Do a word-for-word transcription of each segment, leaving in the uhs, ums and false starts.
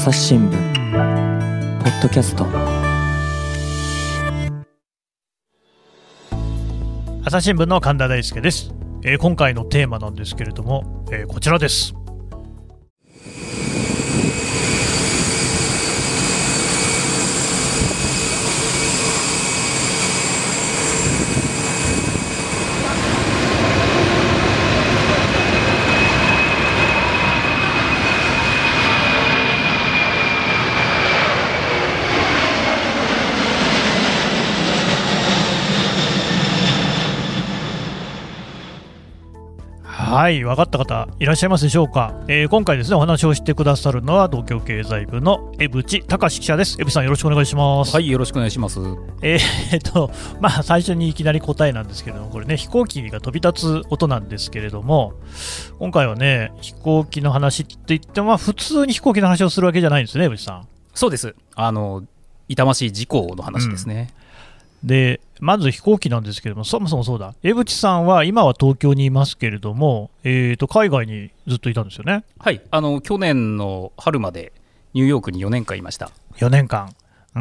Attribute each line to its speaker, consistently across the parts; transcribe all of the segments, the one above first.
Speaker 1: 朝日新聞ポッドキャスト。
Speaker 2: 朝日新聞の神田大輔です。えー、今回のテーマなんですけれども、えー、こちらです。はい、分かった方いらっしゃいますでしょうか。えー、今回ですねお話をしてくださるのは東京経済部の江淵隆記者です。江淵さん、よろしくお願いします。
Speaker 3: はい、よろしくお願いします。
Speaker 2: えー、っとまあ最初にいきなり答えなんですけれども、これね飛行機が飛び立つ音なんですけれども、今回はね飛行機の話って言っても、まあ、普通に飛行機の話をするわけじゃないんですね、江淵さん。
Speaker 3: そうです。あの痛ましい事故の話ですね。
Speaker 2: うん、でまず飛行機なんですけれども、そもそもそうだ、江淵さんは今は東京にいますけれども、えー、と海外にずっといたんですよね。
Speaker 3: はい、あの去年の春までニューヨークによねんかんいました。
Speaker 2: よねんかん、うん、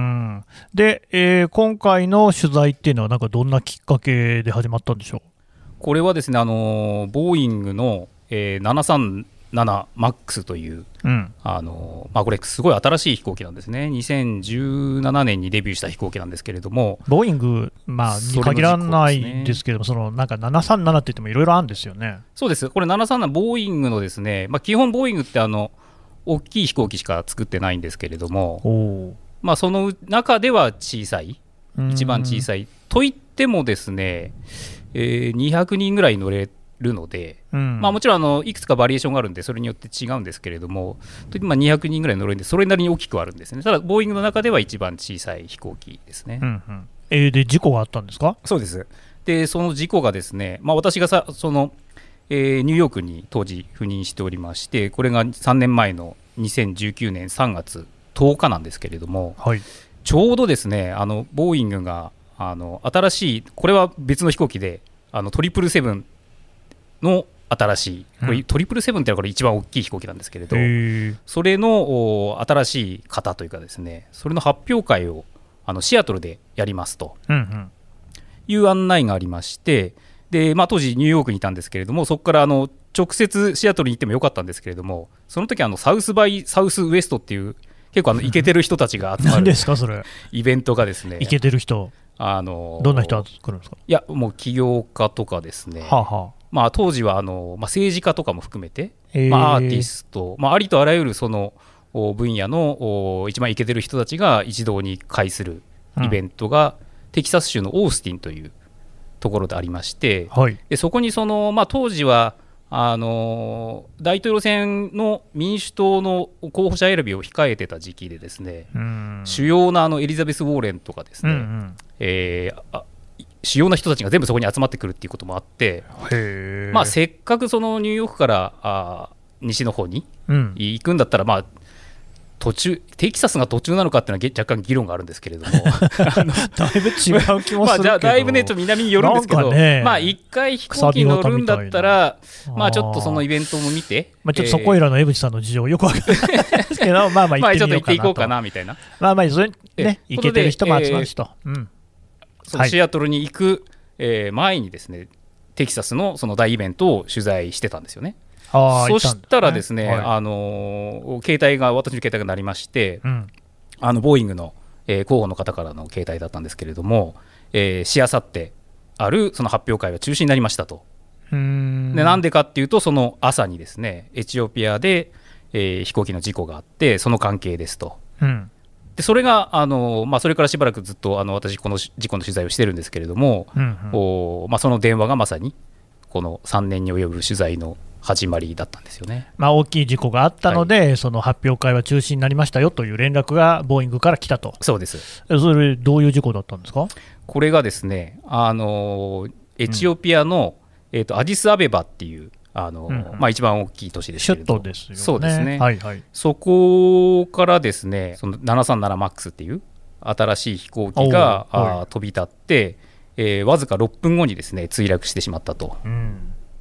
Speaker 2: で、えー、今回の取材っていうのはなんかどんなきっかけで始まったんでしょう。
Speaker 3: これはですね、あのボーイングの、えー、ななさんななマックス という、うん、あのまあ、これすごい新しい飛行機なんですね。にせんじゅうななねんにデビューした飛行機なんですけれども、
Speaker 2: ボーイング、まあ、に限らないんですけども、そのなんかななさんななって言ってもいろいろあるんですよね。
Speaker 3: そうです。これななさんななボーイングのですね、まあ、基本ボーイングってあの大きい飛行機しか作ってないんですけれども、まあ、その中では小さい、一番小さいといってもですね、えー、にひゃくにんぐらい乗れるので、うん、まあ、もちろんあのいくつかバリエーションがあるんでそれによって違うんですけれども、まあ、にひゃくにんぐらい乗れるんでそれなりに大きくはあるんですね。ただボーイングの中では一番小さい飛行機ですね。
Speaker 2: うんうん、えー、で事故があったんですか。
Speaker 3: そうです。でその事故がですね、まあ、私がさその、えー、ニューヨークに当時赴任しておりまして、これがさんねんまえのにせんじゅうきゅうねんさんがつとおかなんですけれども、はい、ちょうどですねあのボーイングがあの新しい、これは別の飛行機であのトリプルセブンの新しい、これ、うん、トリプルセブンってのはこれ一番大きい飛行機なんですけれど、それの新しい型というかですね、それの発表会をあのシアトルでやりますという案内がありまして、で、まあ、当時ニューヨークにいたんですけれども、そこからあの直接シアトルに行ってもよかったんですけれども、その時あのサウスバイサウスウエストっていう結構あのイケてる人たちが集まる
Speaker 2: 何ですかそれ、
Speaker 3: イベントがですね、
Speaker 2: イケてる人、あのどんな人が来るんですか。
Speaker 3: いやもう起業家とかですね、はあはあ、まあ、当時はあの、まあ、政治家とかも含めて、まあ、アーティスト、まあ、ありとあらゆるその分野の一番イケてる人たちが一堂に会するイベントが、うん、テキサス州のオースティンというところでありまして、はい、でそこにその、まあ、当時はあの大統領選の民主党の候補者選びを控えてた時期でですね、うん、主要なあのエリザベス・ウォーレンとかですね、うんうん、えーあ主要な人たちが全部そこに集まってくるっていうこともあって、まあ、せっかくそのニューヨークからあ西の方に行くんだったら、まあ、途中テキサスが途中なのかっていうのは若干議論があるんですけれども
Speaker 2: だいぶ違う気もするけど、まあ、
Speaker 3: だいぶねちょっと南に寄るんですけど、ね、まあ、一回飛行機に乗るんだったら、まあ、ちょっとそのイベントも見て、
Speaker 2: まあ、ちょっとそこいらの江淵さんの事情よくわからないですけど、まあまあ行ってみようかなと、まあ、ちょっと行っていこうかな
Speaker 3: みたいな、
Speaker 2: まあまあそれねイケてる人も集まるしと、えーうん
Speaker 3: そのシアトルに行く、えー、前にですねテキサスのその大イベントを取材してたんですよね。あそしたらですね、はい、あの携帯が私の携帯が鳴りまして、うん、あのボーイングの、えー、候補の方からの携帯だったんですけれども、えー、しあさってあるその発表会が中止になりましたと。うーんでなんでかっていうと、その朝にですねエチオピアで、えー、飛行機の事故があってその関係ですと。うんでそれがあの、まあ、それからしばらくずっとあの私この事故の取材をしてるんですけれども、うんうんおまあ、その電話がまさにこのさんねんに及ぶ取材の始まりだったんですよね。
Speaker 2: まあ、大きい事故があったので、はい、その発表会は中止になりましたよという連絡がボーイングから来たと。
Speaker 3: そうです。
Speaker 2: それどういう事故だったんですか。
Speaker 3: これがですねあのエチオピアの、うんえー、とアディスアベバっていうあのうんうんまあ、一番大きい都市ですけれども、
Speaker 2: 首都ですよね。
Speaker 3: そうですね、
Speaker 2: はいはい、
Speaker 3: そこからですねそのななさんななマックスっていう新しい飛行機があ飛び立って、えー、わずかろっぷんごにですね墜落してしまったと、うん、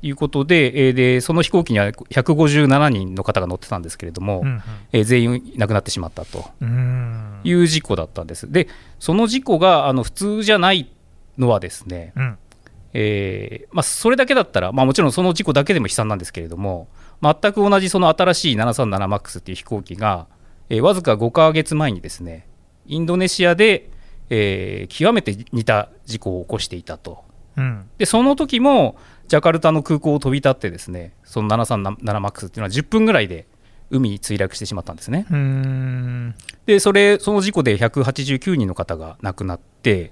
Speaker 3: いうことで、えー、でその飛行機にはひゃくごじゅうななにんの方が乗ってたんですけれども、うんうん、えー、全員亡くなってしまったという事故だったんです。でその事故があの普通じゃないのはですね、うん、えーまあ、それだけだったら、まあ、もちろんその事故だけでも悲惨なんですけれども、全く同じその新しい ななさんななマックス っていう飛行機が、えー、わずかごかげつまえにですね、インドネシアで、えー、極めて似た事故を起こしていたと、うん、でその時もジャカルタの空港を飛び立ってですね、その ななさんななマックス っていうのはじゅっぷんぐらいで海に墜落してしまったんですね。うーんでそれその事故でひゃくはちじゅうきゅうにんの方が亡くなって、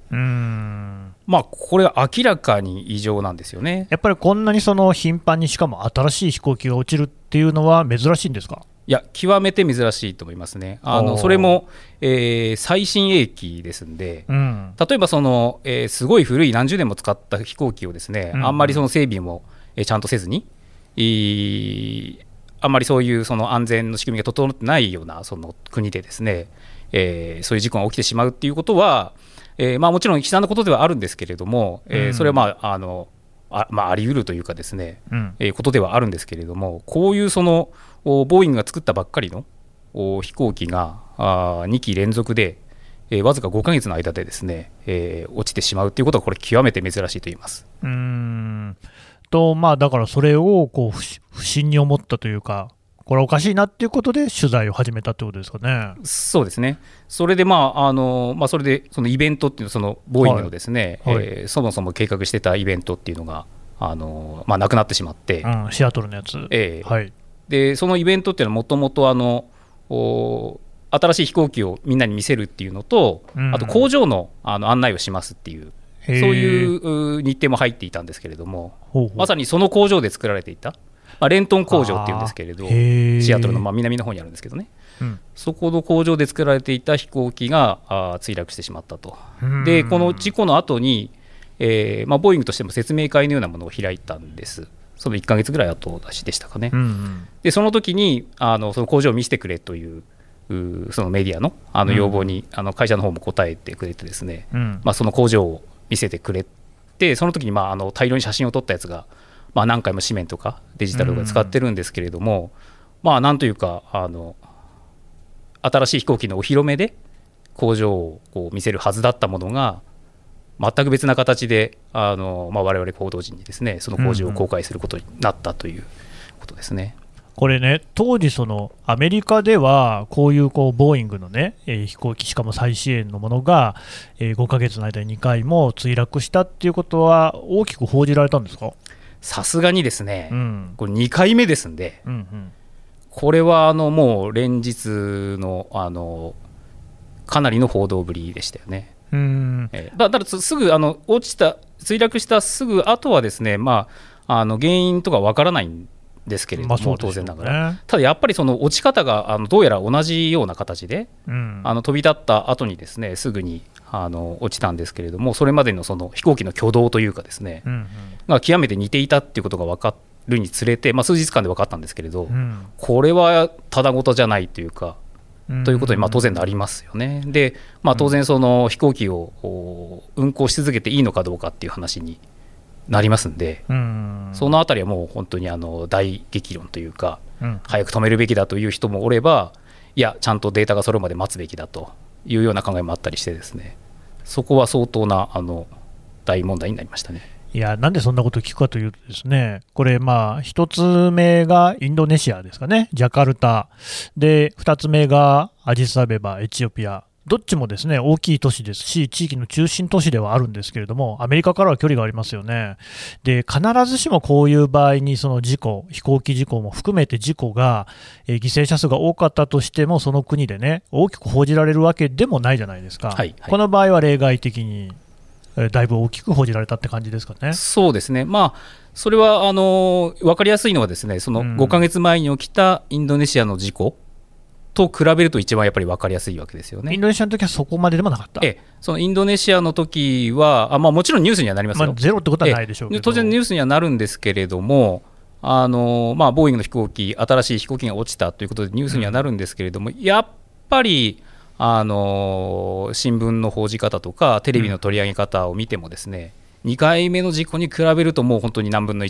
Speaker 3: うーん、まあ、これは明らかに異常なんですよね。
Speaker 2: やっぱりこんなにその頻繁に、しかも新しい飛行機が落ちるっていうのは珍しいんですか？
Speaker 3: いや、極めて珍しいと思いますね。あのそれも、えー、最新鋭機ですんで、うん、例えばその、えー、すごい古い何十年も使った飛行機をですね、うん、あんまりその整備も、えー、ちゃんとせずに、えー、あんまりそういうその安全の仕組みが整ってないようなその国でですね、えー、そういう事故が起きてしまうっていうことは、えーまあ、もちろん悲惨なことではあるんですけれども、えー、それは、まああのあまあ、あり得るというかですね、うんえー、ことではあるんですけれども、こういうそのボーイングが作ったばっかりの飛行機があにき連続で、えー、わずかごかげつの間でですね、えー、落ちてしまうということは、これ極めて珍しいと言います。
Speaker 2: うーんと、まあ、だからそれをこう不審に思ったというか、これおかしいなっていうことで取材を始めたってことですかね。
Speaker 3: そうですね。それで、まああのまあ、それでそのイベントっていうの、そのボーイングのですね、はいはい、えー、そもそも計画してたイベントっていうのがあの、まあ、なくなってしまって、
Speaker 2: うん、シアトルのやつ、
Speaker 3: えーはい、でそのイベントっていうのはもともと新しい飛行機をみんなに見せるっていうのと、うん、あと工場 の, あの案内をしますっていう、そういう日程も入っていたんですけれども、ほうほう、まさにその工場で作られていた、まあ、レントン工場っていうんですけれど、シアトルのまあ南の方にあるんですけどね、うん、そこの工場で作られていた飛行機があ墜落してしまったと。でこの事故の後に、えーまあ、ボーイングとしても説明会のようなものを開いたんです。そのいっかげつぐらい後出しでしたかね、うんうん、でその時にあのその工場を見せてくれというそのメディア の, あの要望に、うん、あの会社の方も応えてくれてですね、うんまあ、その工場を見せてくれて、その時にまああの大量に写真を撮ったやつが、まあ、何回も紙面とかデジタルとか使ってるんですけれども、うん、まあなんというかあの新しい飛行機のお披露目で工場をこう見せるはずだったものが全く別な形であの、まあ、我々報道陣にですねその工場を公開することになったということですね。
Speaker 2: うんうん、これね、当時そのアメリカではこういうこうボーイングの、ねえー、飛行機、しかも最新鋭のものが、えー、ごかげつの間ににかいも墜落したっていうことは大きく報じられたんですか？
Speaker 3: さすがにですね、うん、これにかいめですんで、うんうん、これはあのもう連日 の, あのかなりの報道ぶりでしたよね。うん、えー、だ, だからすぐあの落ちた墜落したすぐ後はですね、まあ、あの原因とかわからないんですけれども、まあ、当然ながら、ただやっぱりその落ち方があのどうやら同じような形で、うん、あの飛び立った後にですねすぐにあの落ちたんですけれども、それまでのその飛行機の挙動というかですね、うんうん、が極めて似ていたっていうことが分かるにつれて、まあ、数日間で分かったんですけれど、うん、これはただごとじゃないというか、ということにまあ当然なりますよね。で、まあ、当然その飛行機を運航し続けていいのかどうかっていう話になりますんで、うんそのあたりはもう本当にあの大激論というか、うん、早く止めるべきだという人もおれば、いやちゃんとデータが揃うまで待つべきだというような考えもあったりしてですね、そこは相当なあの大問題になりましたね。
Speaker 2: いや、なんでそんなことを聞くかというとですね、これまあ一つ目がインドネシアですかね、ジャカルタで、二つ目がアディスアベバ、エチオピア、どっちもですね大きい都市ですし、地域の中心都市ではあるんですけれども、アメリカからは距離がありますよね。で、必ずしもこういう場合にその事故、飛行機事故も含めて事故が、えー、犠牲者数が多かったとしても、その国でね大きく報じられるわけでもないじゃないですか。はいはい、この場合は例外的にだいぶ大きく報じられたって感じですかね。
Speaker 3: そうですね、まあ、それはあの分かりやすいのはですね、そのごかげつまえに起きたインドネシアの事故と比べると一番やっぱり分かりやすいわけですよね。
Speaker 2: インドネシアの時はそこまででもなかった。
Speaker 3: ええ、そのインドネシアの時はあ、まあ、もちろんニュースにはなりますよ、
Speaker 2: まあ、ゼロってことはないでしょうけど、
Speaker 3: 当然ニュースにはなるんですけれども、あの、まあ、ボーイングの飛行機、新しい飛行機が落ちたということでニュースにはなるんですけれども、うん、やっぱりあの新聞の報じ方とかテレビの取り上げ方を見てもですね、うん、にかいめの事故に比べるともう本当に何分のいちか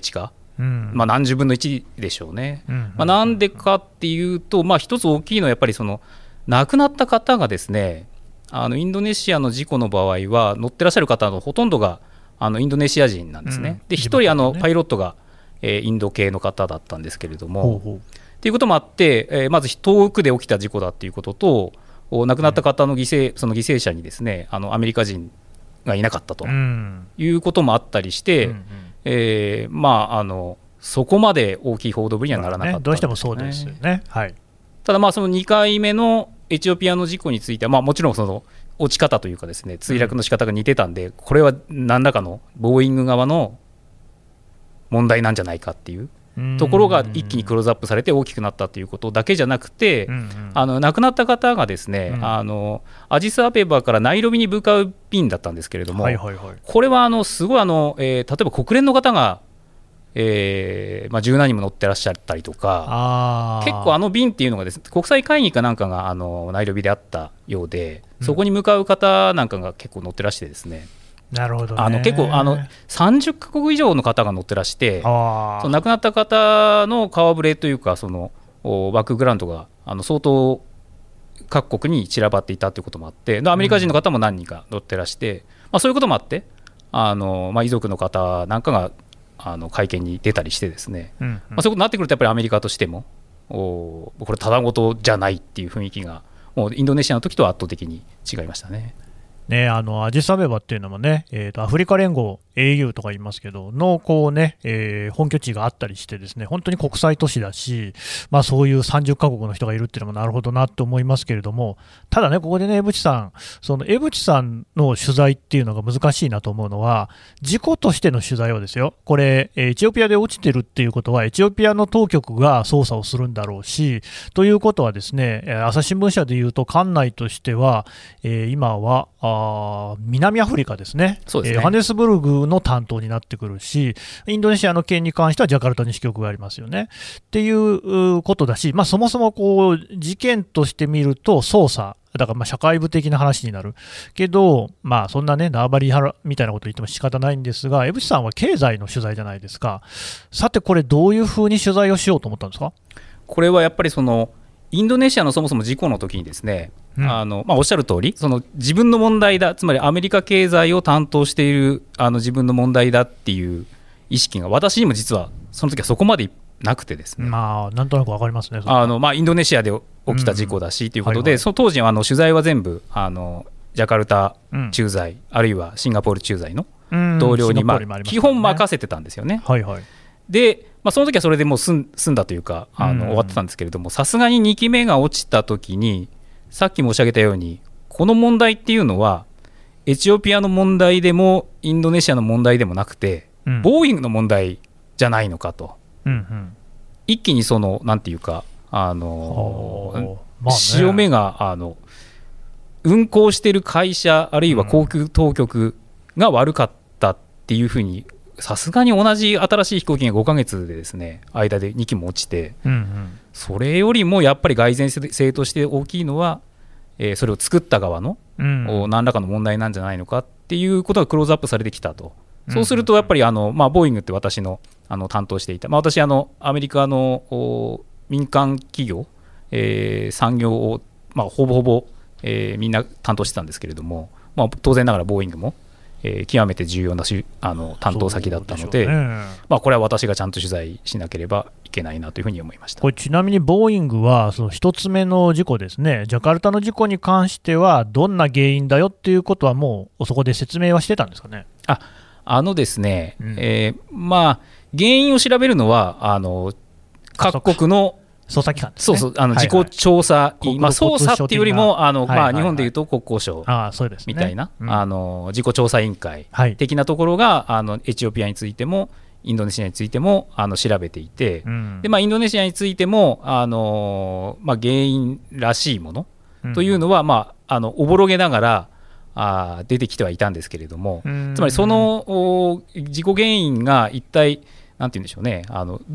Speaker 3: うんまあ、何十分のいちでしょうね。
Speaker 2: うんうん
Speaker 3: まあ、なんでかっていうと、まあ、一つ大きいのはやっぱりその亡くなった方がですね、あのインドネシアの事故の場合は乗ってらっしゃる方のほとんどがあのインドネシア人なんですね。うん、でひとりあのパイロットが、えー、インド系の方だったんですけれども、ほうほうっていうこともあって、えー、まず遠くで起きた事故だっていうことと、亡くなった方の犠牲、その犠牲者にですね、あのアメリカ人がいなかったということもあったりして、うんうんえーまあ、あのそこまで大きい報道ぶりにはならなかった、ね、
Speaker 2: どうしてもそうですよね、はい、
Speaker 3: ただまあそのにかいめのエチオピアの事故については、まあ、もちろんその落ち方というかですね墜落の仕方が似てたんで、うん、これは何らかのボーイング側の問題なんじゃないかっていうところが一気にクローズアップされて大きくなったということだけじゃなくて、うんうん、あの亡くなった方がですね、うん、あのアディスアベバからナイロビに向かう便だったんですけれども、はいはいはい、これはあのすごいあの、えー、例えば国連の方が、えーまあ、十何人も乗ってらっしゃったりとか、結構あの便っていうのがですね国際会議かなんかがあのナイロビであったようで、そこに向かう方なんかが結構乗ってらしてですね、
Speaker 2: なるほどね、
Speaker 3: あの結構あのさんじゅっかこく以上の方が乗ってらして、その亡くなった方の顔ぶれというかそのバックグラウンドがあの相当各国に散らばっていたということもあって、アメリカ人の方も何人か乗ってらして、うんまあ、そういうこともあってあの、まあ、遺族の方なんかがあの会見に出たりしてですね、うんうんまあ、そういうことになってくるとやっぱりアメリカとしてもおこれただごとじゃないっていう雰囲気がもうインドネシアの時とは圧倒的に違いましたね。
Speaker 2: ね、あのアディスアベバっていうのもね、えーと、アフリカ連合 エーユー とか言いますけどのこう、ねえー、本拠地があったりしてですね本当に国際都市だし、まあ、そういうさんじゅっかこくの人がいるっていうのもなるほどなと思いますけれども、ただねここでね江渕さんその江渕さんの取材っていうのが難しいなと思うのは、事故としての取材をですよ、これエチオピアで落ちてるっていうことはエチオピアの当局が捜査をするんだろうし、ということはですね朝日新聞社でいうと管内としては、えー、今はあ南アフリカですね、
Speaker 3: そうですね、
Speaker 2: ヨハネスブルグの担当になってくるし、インドネシアの件に関してはジャカルタに支局がありますよねっていうことだし、まあ、そもそもこう事件として見ると捜査だからまあ社会部的な話になるけど、まあ、そんなね縄張り派みたいなこと言っても仕方ないんですが、江渕さんは経済の取材じゃないですか。さてこれどういうふうに取材をしようと思ったんですか。
Speaker 3: これはやっぱりそのインドネシアのそもそも事故の時にですね、うんあのまあ、おっしゃる通りその自分の問題だ、つまりアメリカ経済を担当しているあの自分の問題だっていう意識が私にも実はその時はそこまでなくてですね、
Speaker 2: まあ、なんとなく分かりますね。
Speaker 3: あの、まあ、インドネシアで起きた事故だしということで、うんはいはい、その当時はあの取材は全部あのジャカルタ駐在、うん、あるいはシンガポール駐在の同僚に、まあ、基本任せてたんですよね。
Speaker 2: はいはい、
Speaker 3: でまあ、その時はそれでもう済んだというかあの終わってたんですけれども、さすがににきめが落ちた時にさっき申し上げたようにこの問題っていうのはエチオピアの問題でもインドネシアの問題でもなくて、うん、ボーイングの問題じゃないのかと、うんうん、一気にそのなんていうかあの、まあね、潮目があの運航している会社あるいは航空当局が悪かったっていうふうに、さすがに同じ新しい飛行機がごかげつでですね間でにきも落ちて、うんうん、それよりもやっぱり蓋然性として大きいのは、えー、それを作った側の、うん、何らかの問題なんじゃないのかっていうことがクローズアップされてきたと。そうするとやっぱりあの、まあ、ボーイングって私の、あの担当していた、まあ、私あのアメリカの民間企業、えー、産業を、まあ、ほぼほぼ、えー、みんな担当してたんですけれども、まあ、当然ながらボーイングもえー、極めて重要なしあの担当先だったの で, で、ねまあ、これは私がちゃんと取材しなければいけないなというふうに思いました。
Speaker 2: これちなみにボーイングはその一つ目の事故ですね、ジャカルタの事故に関してはどんな原因だよっていうことはもうそこで説明はしてたんですかね。
Speaker 3: ああのですね、うんえーまあ、原因を調べるのはあの各国の
Speaker 2: 捜査機関ですね。
Speaker 3: そうそうあの、はいはい、自己調査員、まあ、捜査っていうよりもあの、はいはいはいまあ、日本でいうと国交省みたいな、ねうん、あの自己調査委員会的なところが、はい、あのエチオピアについてもインドネシアについてもあの調べていて、うんでまあ、インドネシアについてもあの、まあ、原因らしいものというのは、うんまあ、あのおぼろげながらあ出てきてはいたんですけれども、うん、つまりその事故原因が一体なんて言うんでしょうね、あの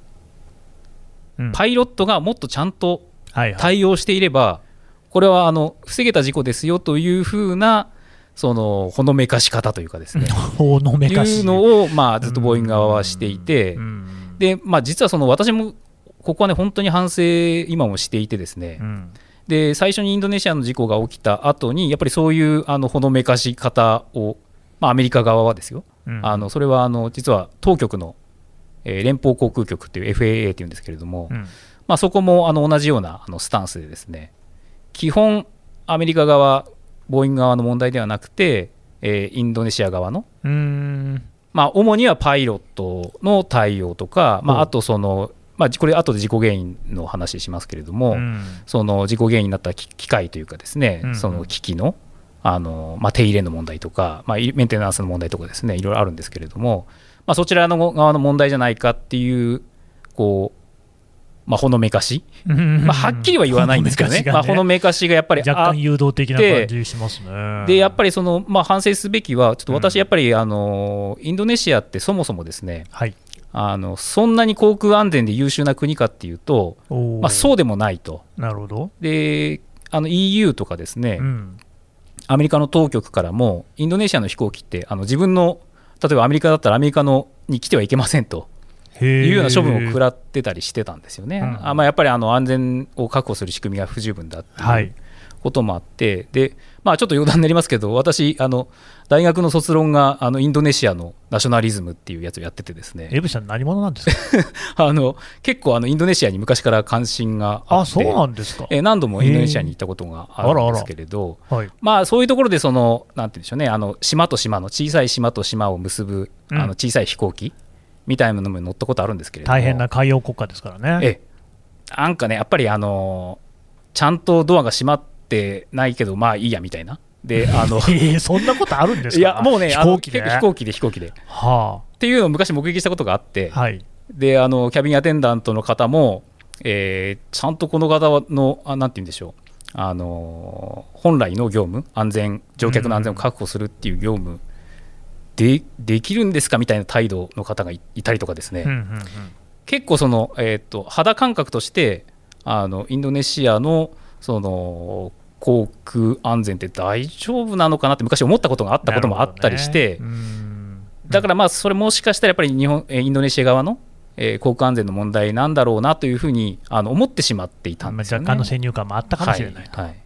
Speaker 3: パイロットがもっとちゃんと対応していれば、はいはい、これはあの防げた事故ですよというふうなそのほのめかし方というかですねほのめかしいうのを、まあ、ずっとボーイング側はしていて、うんうんでまあ、実はその私もここはね本当に反省今もしていてですね、うん、で最初にインドネシアの事故が起きた後にやっぱりそういうあのほのめかし方を、まあ、アメリカ側はですよ、うん、あのそれはあの実は当局の、えー、連邦航空局という エフエーエー っていうんですけれども、うん、まあ、そこもあの同じようなあのスタンスでですね、基本アメリカ側ボーイング側の問題ではなくて、えー、インドネシア側のうーん、まあ、主にはパイロットの対応とか、まあ、あとその、まあ、これ後で事故原因の話しますけれども、うん、その事故原因になった機械というかですね、うん、その機器の、あの、まあ、手入れの問題とか、まあ、メンテナンスの問題とかですね、いろいろあるんですけれども、まあ、そちらの側の問題じゃないかっていうこうまあ、ほのめかし、まあ、はっきりは言わないんですけどね、ほのめかしがね、まあ、ほのめかしがやっぱりあって、
Speaker 2: 若干誘導的な感じしますね。
Speaker 3: でやっぱりその、まあ、反省すべきは、ちょっと私、やっぱり、うん、あのインドネシアってそもそもですね、はい、あのそんなに航空安全で優秀な国かっていうと、まあ、そうでもないと。
Speaker 2: なるほど。
Speaker 3: であの イーユー とかですね、うん、アメリカの当局からも、インドネシアの飛行機って、あの自分の、例えばアメリカだったらアメリカのに来てはいけませんと。いうような処分を食らってたりしてたんですよね、うん、あまあ、やっぱりあの安全を確保する仕組みが不十分だっていうこともあって、はい、でまあ、ちょっと余談になりますけど、私あの大学の卒論があのインドネシアのナショナリズムっていうやつをやっててですね、
Speaker 2: エブさん何者なんですか
Speaker 3: あの結構あのインドネシアに昔から関心があって、
Speaker 2: あ、そうなんですか。
Speaker 3: え何度もインドネシアに行ったことがあるんですけれど、あらあら、はい、まあ、そういうところでそのなんて言うんでしょうね、あの島と島の小さい島と島を結ぶ、うん、あの小さい飛行機みたいなのも乗ったことあるんですけれども、
Speaker 2: 大変な海洋国家ですからね。
Speaker 3: ええ、なんかねやっぱりあのちゃんとドアが閉まってないけどまあいいやみたいなであの
Speaker 2: そんなことあるんですか。
Speaker 3: いやもうね、
Speaker 2: 飛行機で
Speaker 3: 飛行機で飛行機で、はあ、っていうのを昔目撃したことがあって、はい、であのキャビンアテンダントの方も、えー、ちゃんとこの方のあなんて言うんでしょう、あの本来の業務、安全乗客の安全を確保するっていう業務、うん、で, できるんですかみたいな態度の方が い, いたりとかですね、うんうんうん、結構その、えー、と肌感覚としてあのインドネシア の, その航空安全って大丈夫なのかなって昔思ったことがあったこともあったりして、ね、うん、だからまあそれもしかしたらやっぱり日本インドネシア側の、えー、航空安全の問題なんだろうなというふうにあの思ってしまっていたんですよね。
Speaker 2: 若干の先入観もあったかもしれないと、はいはい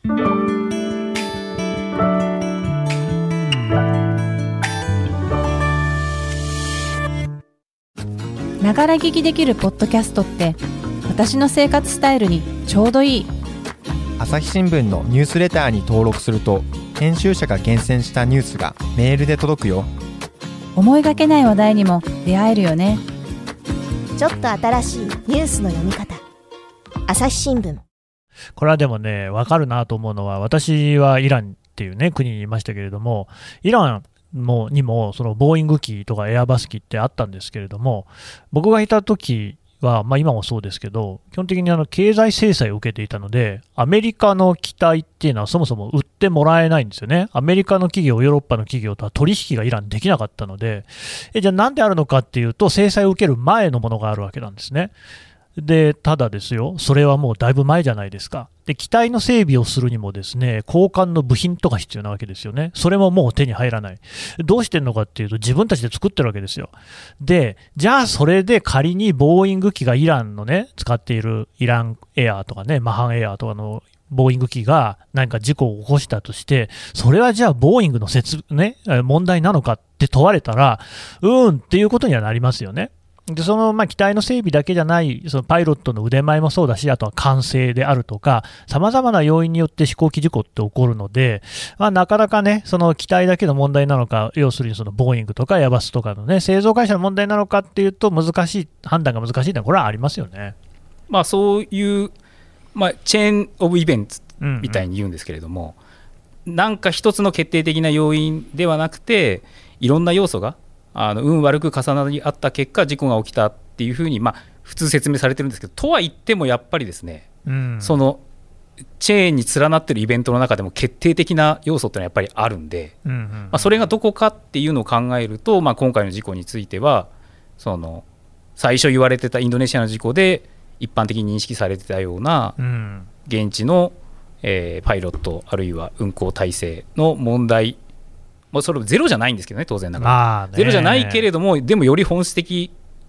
Speaker 4: ながら聞きできるポッドキャストって私の生活スタイルにちょうどいい。
Speaker 5: 朝日新聞のニュースレターに登録すると編集者が厳選したニュースがメールで届くよ。
Speaker 4: 思いがけない話題にも出会えるよね。
Speaker 6: ちょっと新しいニュースの読み方、朝日新聞。
Speaker 2: これはでもね分かるなと思うのは、私はイランっていうね国にいましたけれども、イランもにもそのボーイング機とかエアバス機ってあったんですけれども、僕がいた時は、まあ、今もそうですけど、基本的にあの経済制裁を受けていたので、アメリカの機体っていうのはそもそも売ってもらえないんですよね。アメリカの企業、ヨーロッパの企業とは取引がイランできなかったので、えじゃあなんであるのかっていうと、制裁を受ける前のものがあるわけなんですね。でただですよ、それはもうだいぶ前じゃないですか。で機体の整備をするにもですね、交換の部品とか必要なわけですよね。それももう手に入らない。どうしてるのかっていうと、自分たちで作ってるわけですよ。でじゃあそれで仮にボーイング機がイランのね使っているイランエアーとかね、マハンエアーとかのボーイング機が何か事故を起こしたとして、それはじゃあボーイングの説、ね、問題なのかって問われたら、うーんっていうことにはなりますよね。でそのまあ機体の整備だけじゃない、そのパイロットの腕前もそうだし、あとは管制であるとか、さまざまな要因によって飛行機事故って起こるので、まあ、なかなかね、その機体だけの問題なのか、要するにそのボーイングとかエアバスとかのね、製造会社の問題なのかっていうと、難しい、判断が難しいのは、これはありますよね。
Speaker 3: まあ、そういう、まあ、チェーン・オブ・イベントみたいに言うんですけれども、うんうん、なんか一つの決定的な要因ではなくて、いろんな要素があの運悪く重なり合った結果事故が起きたっていうふうに、まあ、普通説明されてるんですけど、とは言ってもやっぱりですね、うん、そのチェーンに連なってるイベントの中でも決定的な要素ってのはやっぱりあるんで、うんうんうん、まあ、それがどこかっていうのを考えると、まあ、今回の事故についてはその最初言われてたインドネシアの事故で一般的に認識されてたような現地の、えー、パイロットあるいは運航体制の問題、もうそれゼロじゃないんですけどね、当然ながら、まあ、ゼロじゃないけれども、でもより本質的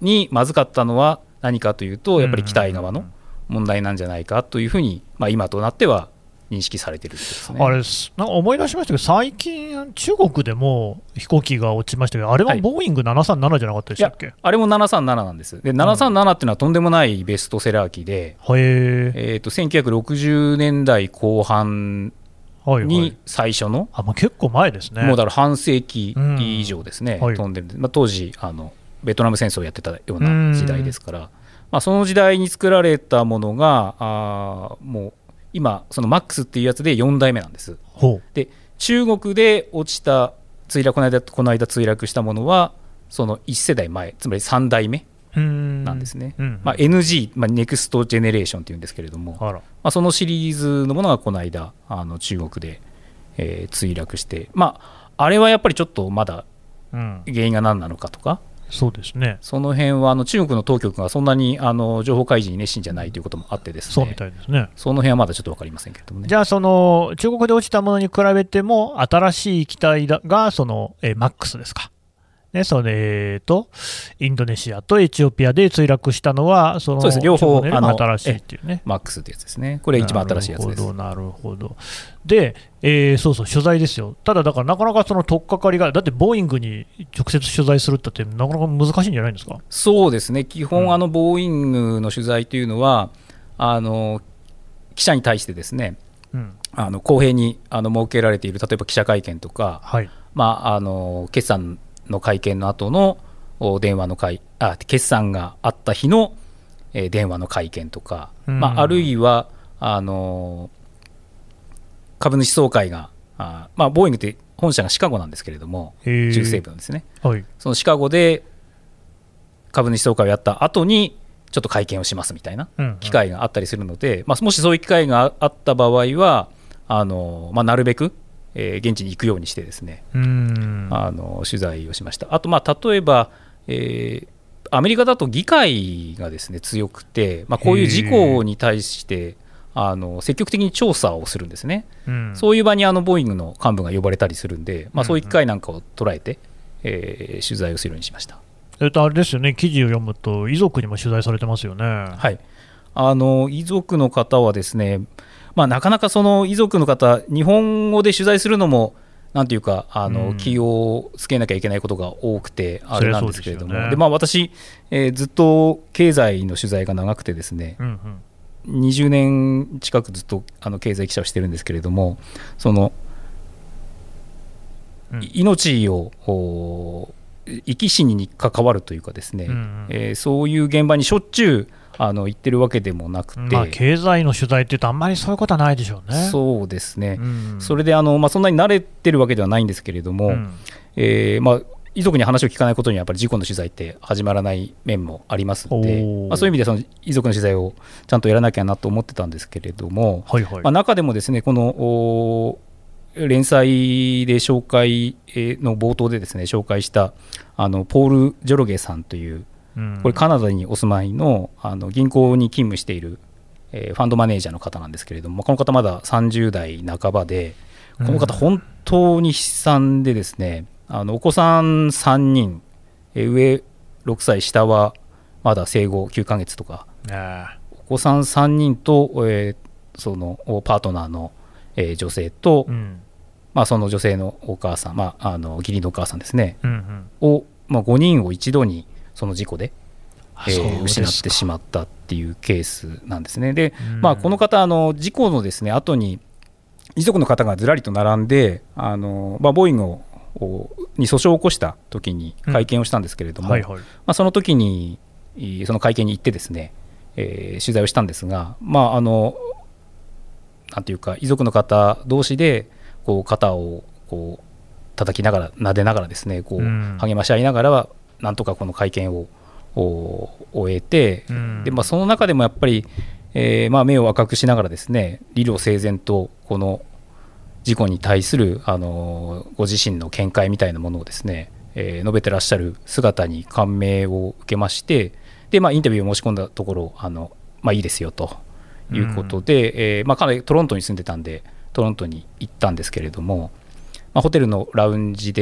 Speaker 3: にまずかったのは何かというと、やっぱり機体側の問題なんじゃないかというふうに、まあ、今となっては認識されてるんですね。
Speaker 2: あれなんか思い出しましたけど、最近、中国でも飛行機が落ちましたけど、あれはボーイングななさんななじゃなかったでしたっけ？
Speaker 3: はい、あれもななさんなななんです。でななさんななっていうのはとんでもないベストセラー機で、
Speaker 2: うん、
Speaker 3: えー、とせんきゅうひゃくろくじゅうねんだいこう半に最初の、はいはい、
Speaker 2: あもう結構前ですね。
Speaker 3: もうだから半世紀以上ですね、うん、はい、飛んでる、まあ、当時あのベトナム戦争をやってたような時代ですから、まあ、その時代に作られたものがあもう今そのマックスっていうやつでよんだいめなんです。で中国で落ちた墜落この間、この間墜落したものはそのいっせだいまえ、つまりさんだいめなんですね。うんうん、まあ、エヌジー、まあ、ネクストジェネレーションっていうんですけれども、まあ、そのシリーズのものがこの間あの中国で、えー、墜落して、まあ、あれはやっぱりちょっとまだ原因が何なのかとか、
Speaker 2: そうですね、
Speaker 3: その辺はあの中国の当局がそんなにあの情報開示に熱心じゃないということもあってですね、
Speaker 2: そうみたいですね。
Speaker 3: その辺はまだちょっと分かりませんけれどもね。
Speaker 2: じゃあその中国で落ちたものに比べても新しい機体がその、えー、マックスですかね、それとインドネシアとエチオピアで墜落したのはその
Speaker 3: そうです、両方
Speaker 2: あの新しいっていうね、
Speaker 3: マックスってやつですね。これ一番新しいやつです。
Speaker 2: なるほど、なるほど。で、えー、そうそう、取材ですよ。ただだからなかなかその取っかかりが、だってボーイングに直接取材するってなかなか難しいんじゃないんですか？
Speaker 3: そうですね、基本、うん、あのボーイングの取材というのはあの記者に対してですね、うん、あの公平にあの設けられている例えば記者会見とか、はい、まあ、あの決算の会見の後の電話の会あ決算があった日の、えー、電話の会見とか、うん、まあ、あるいはあの株主総会があ、まあ、ボーイングって本社がシカゴなんですけれども中西部なんですね、はい、そのシカゴで株主総会をやった後にちょっと会見をしますみたいな機会があったりするので、うんうん、まあ、もしそういう機会があった場合はあの、まあ、なるべくえー、現地に行くようにしてですね、うんあの取材をしました。あと、まあ、例えば、えー、アメリカだと議会がですね強くて、まあ、こういう事故に対してあの積極的に調査をするんですね、うん、そういう場にあのボーイングの幹部が呼ばれたりするんで、まあ、そういう機会なんかを捉えて、うんえー、取材をするようにしました。
Speaker 2: えっと、あれですよね、記事を読むと遺族にも取材されてますよね。
Speaker 3: はい、あの遺族の方はですね、まあ、なかなかその遺族の方日本語で取材するのもなんていうかあの、うん、気をつけなきゃいけないことが多くてあれなんですけれども、で、ねでまあ、私、えー、ずっと経済の取材が長くてですね、うんうん、にじゅうねん近くずっとあの経済記者をしてるんですけれども、その、うん、命を生き死にに関わるというかですね、うんうんえー、そういう現場にしょっちゅうあの言ってるわけでもなくて、
Speaker 2: まあ、経済の取材っていうとあんまりそういうことはないでしょうね。
Speaker 3: そうですね、うん、それであの、まあ、そんなに慣れてるわけではないんですけれども、うんえーまあ、遺族に話を聞かないことにはやっぱり事故の取材って始まらない面もありますので、まあ、そういう意味でその遺族の取材をちゃんとやらなきゃなと思ってたんですけれども、はいはいまあ、中でもですねこの連載で紹介の冒頭でですね紹介したあのポール・ジョロゲさんというこれカナダにお住まい の, あの銀行に勤務している、えー、ファンドマネージャーの方なんですけれども、この方まださんじゅうだいなかばで、この方本当に悲惨でですね、あのお子さんさんにん、えー、上ろくさい下はまだ生後きゅうかげつとか、お子さんさんにんと、えー、そのパートナーの、えー、女性と、うんまあ、その女性のお母さん、まあ、あの義理のお母さんですね、うんうんをまあ、ごにんを一度にその事故で、えー、失ってしまったっていうケースなんですね。で、まあ、この方あの事故のですね後に遺族の方がずらりと並んであの、まあ、ボーイングをに訴訟を起こした時に会見をしたんですけれども、うんはいはいまあ、その時にその会見に行ってですね、えー、取材をしたんですが、まあ、あのなんていうか遺族の方同士でこう肩をこう叩きながら撫でながらですねこう励まし合いながらはなんとかこの会見を終えて、でまあ、その中でもやっぱり、えーまあ、目を赤くしながらですね理路整然とこの事故に対するあのご自身の見解みたいなものをですね、えー、述べてらっしゃる姿に感銘を受けまして、で、まあ、インタビューを申し込んだところあの、まあ、いいですよということで、うんえーまあ、かなりトロントに住んでたんでトロントに行ったんですけれども、まあ、ホテルのラウンジで、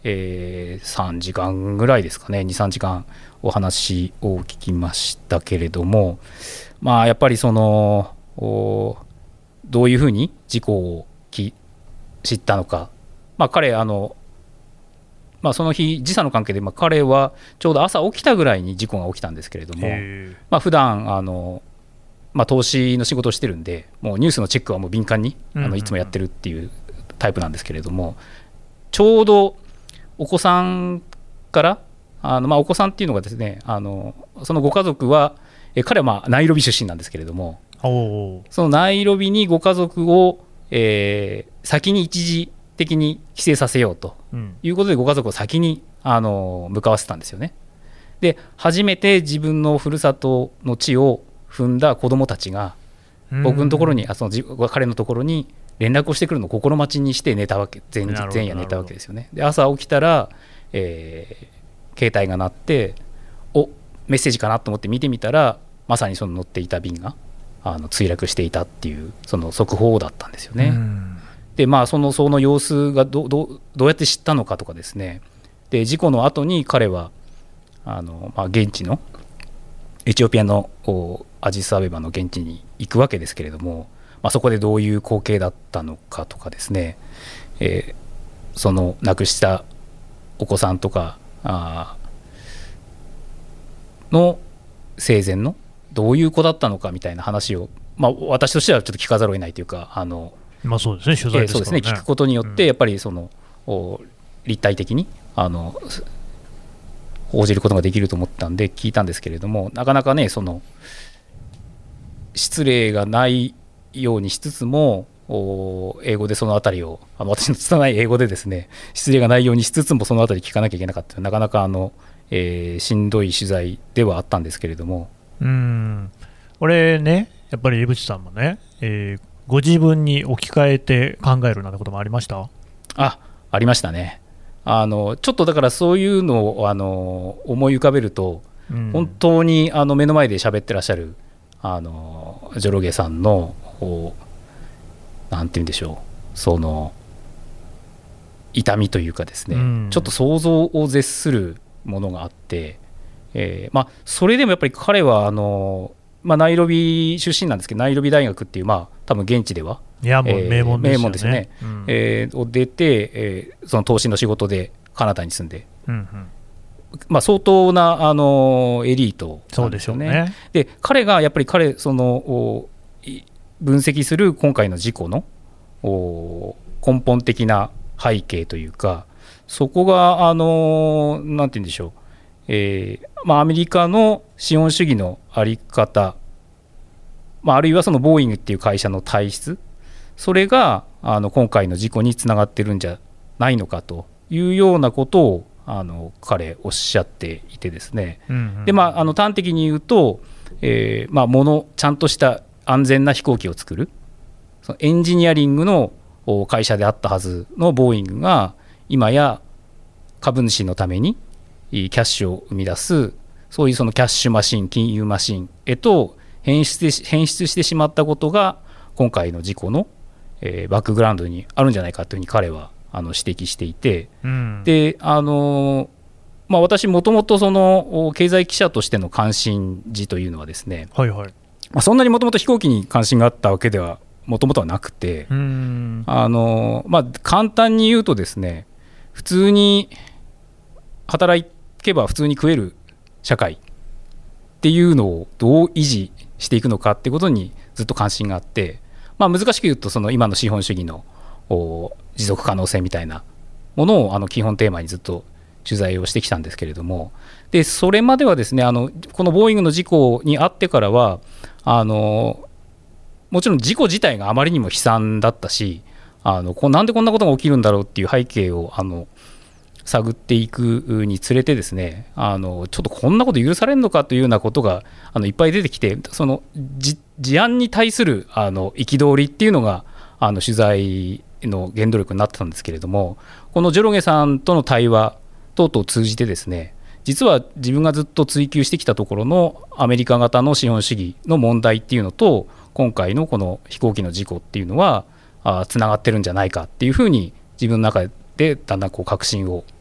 Speaker 3: えー、さんじかんぐらいですかね、にさんじかんお話を聞きましたけれども、まあ、やっぱりそのどういうふうに事故をき知ったのか、まあ、彼あの、まあ、その日時差の関係で、まあ、彼はちょうど朝起きたぐらいに事故が起きたんですけれども、まあ、普段あのまあ投資の仕事をしてるんで、もうニュースのチェックはもう敏感にあのいつもやってるっていうタイプなんですけれども、ちょうどお子さんからあの、まあ、お子さんっていうのがですね、あのそのご家族は、え彼はまあナイロビ出身なんですけれども、そのナイロビにご家族を、えー、先に一時的に帰省させようということで、ご家族を先にあの向かわせたんですよね。で初めて自分のふるさとの地を踏んだ子どもたちが僕のところに、あその彼のところに連絡をしてくるのを心待ちにして寝たわけ、前日前夜寝たわけですよね。で朝起きたら、えー、携帯が鳴って、おメッセージかなと思って見てみたら、まさにその乗っていた便があの墜落していたっていうその速報だったんですよね。でまあそのその様子が ど, ど, どうやって知ったのかとかですね、で事故の後に彼はあの、まあ、現地のエチオピアのアジスアベバの現地に行くわけですけれども、まあ、そこでどういう光景だったのかとかですね、えー、その亡くしたお子さんとかあの生前のどういう子だったのかみたいな話を、まあ、私としてはちょっと聞かざるを得ないというか、あの、
Speaker 2: まあそうですね、取材ですからね、
Speaker 3: えー、そうですね、聞くことによってやっぱりその、うん、立体的にあの報じることができると思ったんで聞いたんですけれども、なかなかねその失礼がないようにしつつも英語でそのあたりをあの私の拙い英語でですね失礼がないようにしつつもそのあたり聞かなきゃいけなかった、なかなかあの、えー、しんどい取材ではあったんですけれども、
Speaker 2: うーんこれねやっぱり江口さんもね、えー、ご自分に置き換えて考えるなんてこともありました？
Speaker 3: あ、ありましたね。あのちょっとだからそういうのをあの思い浮かべると、うん、本当にあの目の前で喋ってらっしゃるあのジョロゲさんのなんて言うんでしょう、その痛みというかですね、うん、ちょっと想像を絶するものがあって、えーまあ、それでもやっぱり彼はあの、まあ、ナイロビ出身なんですけど、ナイロビ大学っていう、まあ、多分現地ではい
Speaker 2: やもう名門ですよね、えー、名門ですよね、
Speaker 3: うんえー、を出て、えー、その投資の仕事でカナダに住んで、うんうんまあ、相当なあのエリートなんですよね。そうでしょうね。で彼がやっぱり彼その分析する今回の事故の根本的な背景というか、そこがあのなんて言うんでしょう、えーまあ、アメリカの資本主義の在り方、まあ、あるいはそのボーイングっていう会社の体質、それがあの今回の事故につながってるんじゃないのかというようなことをあの彼おっしゃっていてですね、うんうん、でまあ、あの端的に言うと、えーまあ、ものちゃんとした安全な飛行機を作るそのエンジニアリングの会社であったはずのボーイングが今や株主のためにキャッシュを生み出す、そういうそのキャッシュマシン、金融マシンへと変質し、変質してしまったことが今回の事故の、えー、バックグラウンドにあるんじゃないかというふうに彼はあの指摘していて、うん、であの、まあ、私もともとその経済記者としての関心事というのはですね、はいはい、まあ、そんなにもともと飛行機に関心があったわけではもともとはなくて、うんあの、まあ、簡単に言うとですね、普通に働けば普通に食える社会っていうのをどう維持していくのかっていうことにずっと関心があって、まあ、難しく言うとその今の資本主義の持続可能性みたいなものをあの基本テーマにずっと取材をしてきたんですけれども、でそれまではですね、あのこのボーイングの事故にあってからはあのもちろん事故自体があまりにも悲惨だったし、あのこなんでこんなことが起きるんだろうっていう背景をあの探っていくにつれてですね、あのちょっとこんなこと許されるのかというようなことがあのいっぱい出てきて、その事案に対するあの憤りっていうのがあの取材の原動力になってたんですけれども、このジョロゲさんとの対話等々を通じてですね、実は自分がずっと追求してきたところのアメリカ型の資本主義の問題っていうのと今回のこの飛行機の事故っていうのはつながってるんじゃないかっていうふうに自分の中でだんだんこう確信を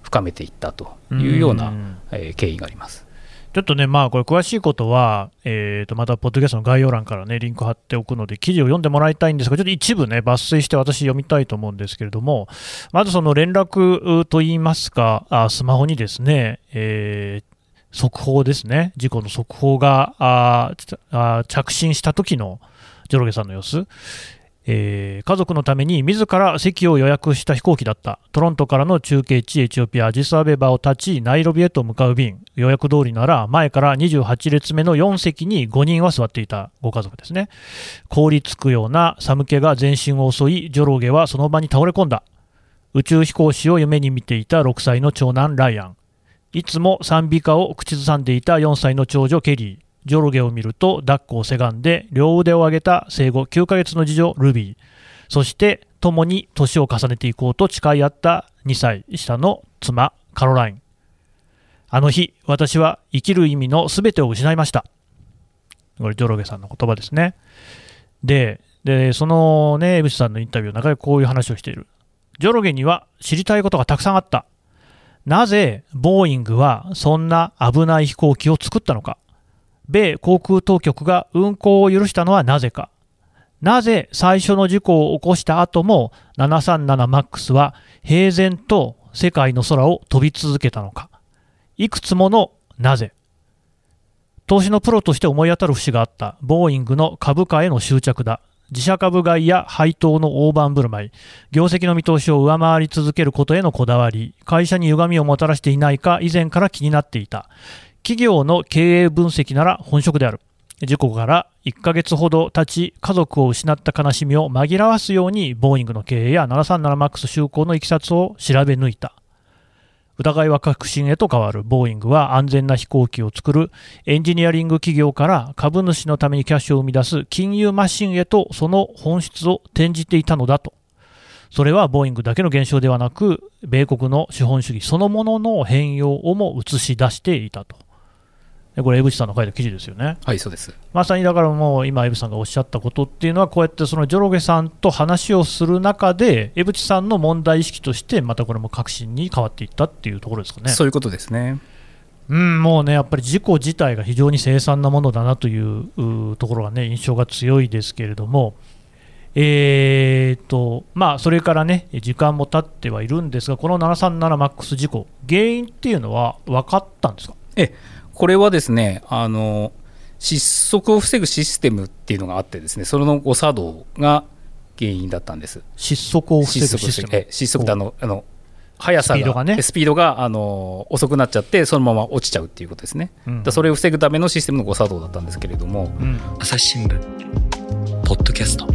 Speaker 3: 深めていったというような、えー、経緯があります。
Speaker 2: ちょっとね、まあ、これ、詳しいことは、えー、とまた、ポッドキャストの概要欄からね、リンク貼っておくので、記事を読んでもらいたいんですが、ちょっと一部ね、抜粋して私、読みたいと思うんですけれども、まずその連絡といいますか、あスマホにですね、えー、速報ですね、事故の速報がああ着信した時のジョロゲさんの様子。えー、家族のために自ら席を予約した飛行機だった。トロントからの中継地エチオピアアディスアベバを立ちナイロビへと向かう便。予約通りなら前からにじゅうはち列目のよん席にごにんは座っていたご家族ですね。凍りつくような寒気が全身を襲い、ジョロゲはその場に倒れ込んだ。宇宙飛行士を夢に見ていたろくさいの長男ライアン。いつも賛美歌を口ずさんでいたよんさいの長女ケリー。ジョロゲを見ると抱っこをせがんで両腕を上げた生後きゅうかげつの次女ルビー、そして共に年を重ねていこうと誓い合ったにさい下の妻カロライン。あの日私は生きる意味のすべてを失いました。これジョロゲさんの言葉ですね。で、でそのね江口さんのインタビューの中でこういう話をしている。ジョロゲには知りたいことがたくさんあった。なぜボーイングはそんな危ない飛行機を作ったのか。米航空当局が運航を許したのはなぜか。なぜ最初の事故を起こした後も ななさんななマックス は平然と世界の空を飛び続けたのか。いくつものなぜ。投資のプロとして思い当たる節があったボーイングの株価への執着だ。自社株買いや配当の大盤振る舞い、業績の見通しを上回り続けることへのこだわり、会社に歪みをもたらしていないか以前から気になっていた。企業の経営分析なら本職である。事故からいっかげつほど経ち、家族を失った悲しみを紛らわすように、ボーイングの経営や ななさんななマックス 就航のいきさつを調べ抜いた。疑いは確信へと変わる。ボーイングは安全な飛行機を作るエンジニアリング企業から株主のためにキャッシュを生み出す金融マシンへとその本質を転じていたのだと。それはボーイングだけの現象ではなく、米国の資本主義そのものの変容をも映し出していたと。これ江口さんの書いた記事ですよね。
Speaker 3: はい、そうです。
Speaker 2: まさにだからもう今江口さんがおっしゃったことっていうのは、こうやってそのジョロゲさんと話をする中で江口さんの問題意識としてまたこれも確信に変わっていったっていうところですかね。
Speaker 3: そういうことですね。
Speaker 2: うん、もうねやっぱり事故自体が非常に凄惨なものだなというところがね印象が強いですけれども、えーとまあ、それからね時間も経ってはいるんですが、この ななさんななマックス 事故原因っていうのは分かったんですか？
Speaker 3: えこれはですね、あの失速を防ぐシステムっていうのがあってですね、その誤作動が原因だったんです。
Speaker 2: 失速を防ぐシステム。
Speaker 3: え失速ってあのあの速さがスピードが、ね、スピードがあの遅くなっちゃってそのまま落ちちゃうっていうことですね、うん、だそれを防ぐためのシステムの誤作動だったんですけれども、
Speaker 1: うん、朝日新聞ポッドキャスト。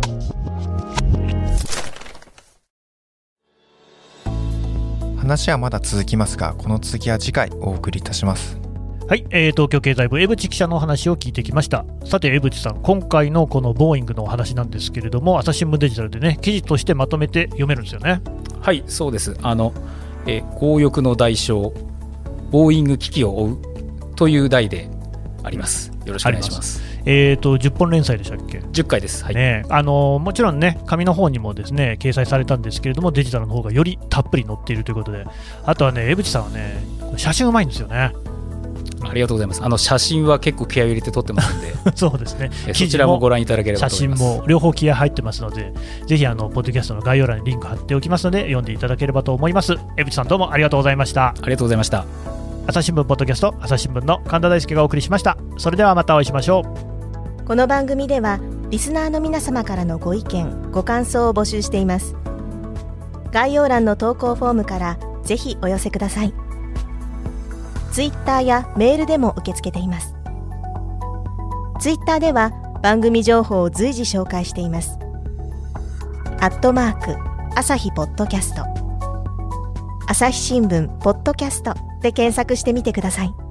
Speaker 5: 話はまだ続きますが、この続きは次回お送りいたします。
Speaker 2: はい、えー、東京経済部江口記者のお話を聞いてきました。さて江口さん、今回のこのボーイングのお話なんですけれども、朝日新聞デジタルでね記事としてまとめて読めるんですよね。
Speaker 3: はい、そうです。あの、えー、強欲の代償ボーイング危機を追うという題であります。よろしくお願いします。
Speaker 2: えーとじゅっぽん連載でしたっけ？
Speaker 3: じゅっかいです、はい。
Speaker 2: ね、あのもちろんね紙の方にもですね掲載されたんですけれども、デジタルの方がよりたっぷり載っているということで、あとはね江口さんはね写真うまいんですよね。
Speaker 3: ありがとうございます。あの写真は結構気合を入れて撮ってますんで
Speaker 2: そうですね、
Speaker 3: そちらもご覧いただければと思います。
Speaker 2: 写真も両方気合入ってますので、ぜひあのポッドキャストの概要欄にリンク貼っておきますので読んでいただければと思います。江口さんどうもありがとうございました。
Speaker 3: ありがとうございました。
Speaker 2: 朝日新聞ポッドキャスト、朝日新聞の神田大輔がお送りしました。それではまたお会いしましょう。
Speaker 6: この番組ではリスナーの皆様からのご意見ご感想を募集しています。概要欄の投稿フォームからぜひお寄せください。ツイッターやメールでも受け付けています。ツイッターでは番組情報を随時紹介しています。アットマーク朝日ポッドキャスト、朝日新聞ポッドキャストで検索してみてください。